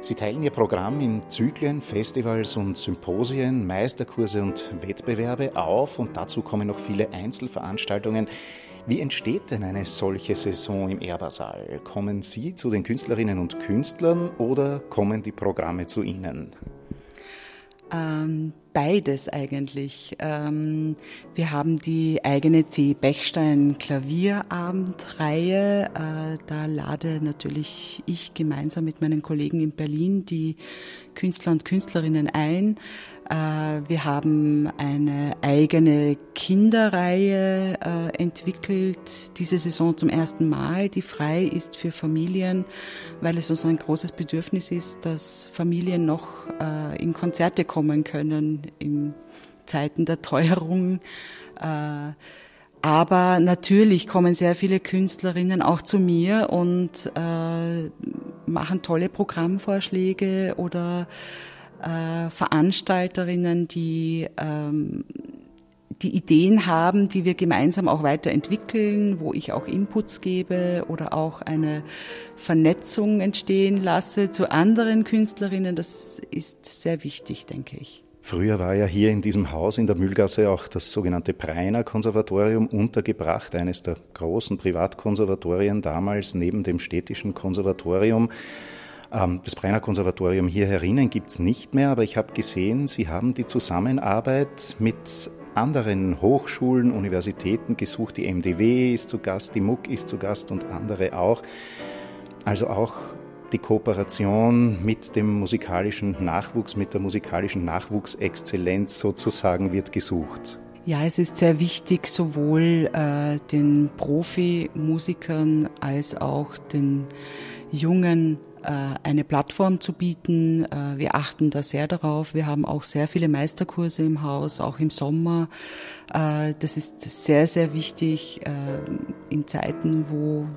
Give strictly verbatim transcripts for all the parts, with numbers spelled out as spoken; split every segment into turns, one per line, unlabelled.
Sie teilen Ihr Programm in Zyklen, Festivals und Symposien, Meisterkurse und Wettbewerbe auf und dazu kommen noch viele Einzelveranstaltungen. Wie entsteht denn eine solche Saison im Ehrbar-Saal? Kommen Sie zu den Künstlerinnen und Künstlern oder kommen die Programme zu Ihnen?
Ähm, beides eigentlich. Ähm, wir haben die eigene C. Bechstein Klavierabendreihe. Äh, da lade natürlich ich gemeinsam mit meinen Kollegen in Berlin die Künstler und Künstlerinnen ein. Äh, wir haben eine eigene Kinderreihe äh, entwickelt, diese Saison zum ersten Mal, die frei ist für Familien, weil es uns ein großes Bedürfnis ist, dass Familien noch äh, in Konzerte kommen können in Zeiten der Teuerung. Äh, aber natürlich kommen sehr viele Künstlerinnen auch zu mir und äh, machen tolle Programmvorschläge oder Äh, Veranstalterinnen, die ähm, die Ideen haben, die wir gemeinsam auch weiterentwickeln, wo ich auch Inputs gebe oder auch eine Vernetzung entstehen lasse zu anderen Künstlerinnen. Das ist sehr wichtig, denke ich.
Früher war ja hier in diesem Haus in der Mühlgasse auch das sogenannte Breiner Konservatorium untergebracht, eines der großen Privatkonservatorien damals neben dem städtischen Konservatorium. Das Breiner Konservatorium hier herinnen gibt es nicht mehr, aber ich habe gesehen, Sie haben die Zusammenarbeit mit anderen Hochschulen, Universitäten gesucht. Die M D W ist zu Gast, die M U G ist zu Gast und andere auch. Also auch die Kooperation mit dem musikalischen Nachwuchs, mit der musikalischen Nachwuchsexzellenz sozusagen wird gesucht.
Ja, es ist sehr wichtig, sowohl äh, den Profimusikern als auch den jungen eine Plattform zu bieten. Wir achten da sehr darauf. Wir haben auch sehr viele Meisterkurse im Haus, auch im Sommer. Das ist sehr, sehr wichtig in Zeiten, wo,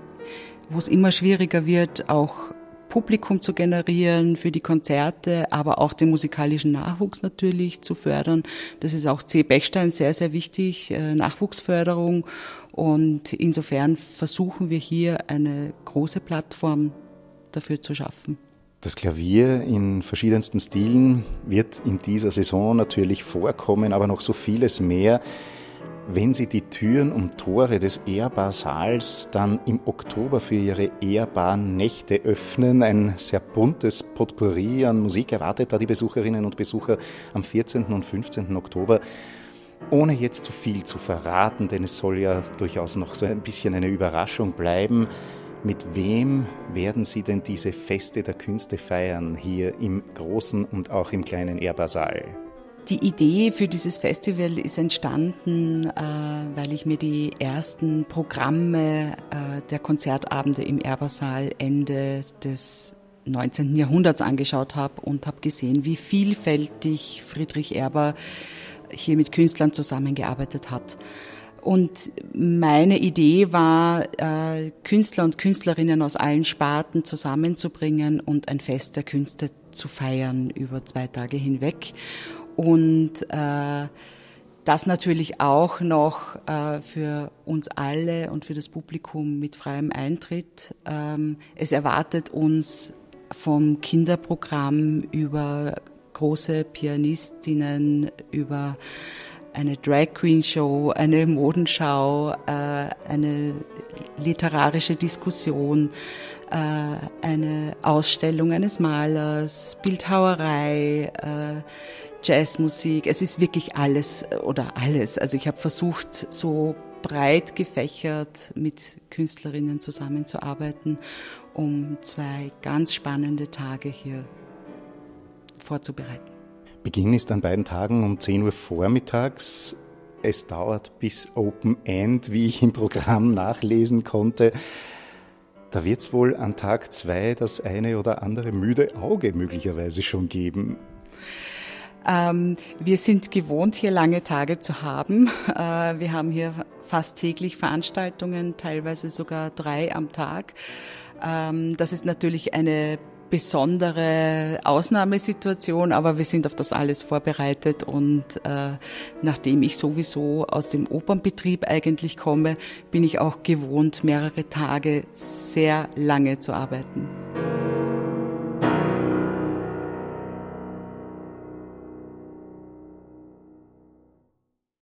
wo es immer schwieriger wird, auch Publikum zu generieren für die Konzerte, aber auch den musikalischen Nachwuchs natürlich zu fördern. Das ist auch C. Bechstein sehr, sehr wichtig, Nachwuchsförderung. Und insofern versuchen wir hier eine große Plattform dafür zu schaffen.
Das Klavier in verschiedensten Stilen wird in dieser Saison natürlich vorkommen, aber noch so vieles mehr. Wenn Sie die Türen und Tore des Ehrbar-Saals dann im Oktober für Ihre Ehrbar-Nächte öffnen, ein sehr buntes Potpourri an Musik erwartet da die Besucherinnen und Besucher am vierzehnten und fünfzehnten Oktober. Ohne jetzt zu viel zu verraten, denn es soll ja durchaus noch so ein bisschen eine Überraschung bleiben. Mit wem werden Sie denn diese Feste der Künste feiern, hier im großen und auch im kleinen Ehrbar-Saal?
Die Idee für dieses Festival ist entstanden, äh, weil ich mir die ersten Programme äh, der Konzertabende im Ehrbar-Saal Ende des neunzehnten Jahrhunderts angeschaut habe und habe gesehen, wie vielfältig Friedrich Ehrbar hier mit Künstlern zusammengearbeitet hat. Und meine Idee war, äh, Künstler und Künstlerinnen aus allen Sparten zusammenzubringen und ein Fest der Künste zu feiern über zwei Tage hinweg. Und äh, das natürlich auch noch äh, für uns alle und für das Publikum mit freiem Eintritt. Ähm, es erwartet uns vom Kinderprogramm über große Pianistinnen, über eine Drag Queen Show, eine Modenschau, äh, eine literarische Diskussion, äh, eine Ausstellung eines Malers, Bildhauerei, äh, Jazzmusik. Es ist wirklich alles oder alles. Also ich habe versucht, so breit gefächert mit Künstlerinnen zusammenzuarbeiten, um zwei ganz spannende Tage hier vorzubereiten.
Beginn ist an beiden Tagen um zehn Uhr vormittags. Es dauert bis Open End, wie ich im Programm nachlesen konnte. Da wird es wohl an Tag zwei das eine oder andere müde Auge möglicherweise schon geben.
Ähm, wir sind gewohnt, hier lange Tage zu haben. Äh, wir haben hier fast täglich Veranstaltungen, teilweise sogar drei am Tag. Ähm, das ist natürlich eine besondere Ausnahmesituation, aber wir sind auf das alles vorbereitet und äh, nachdem ich sowieso aus dem Opernbetrieb eigentlich komme, bin ich auch gewohnt, mehrere Tage sehr lange zu arbeiten.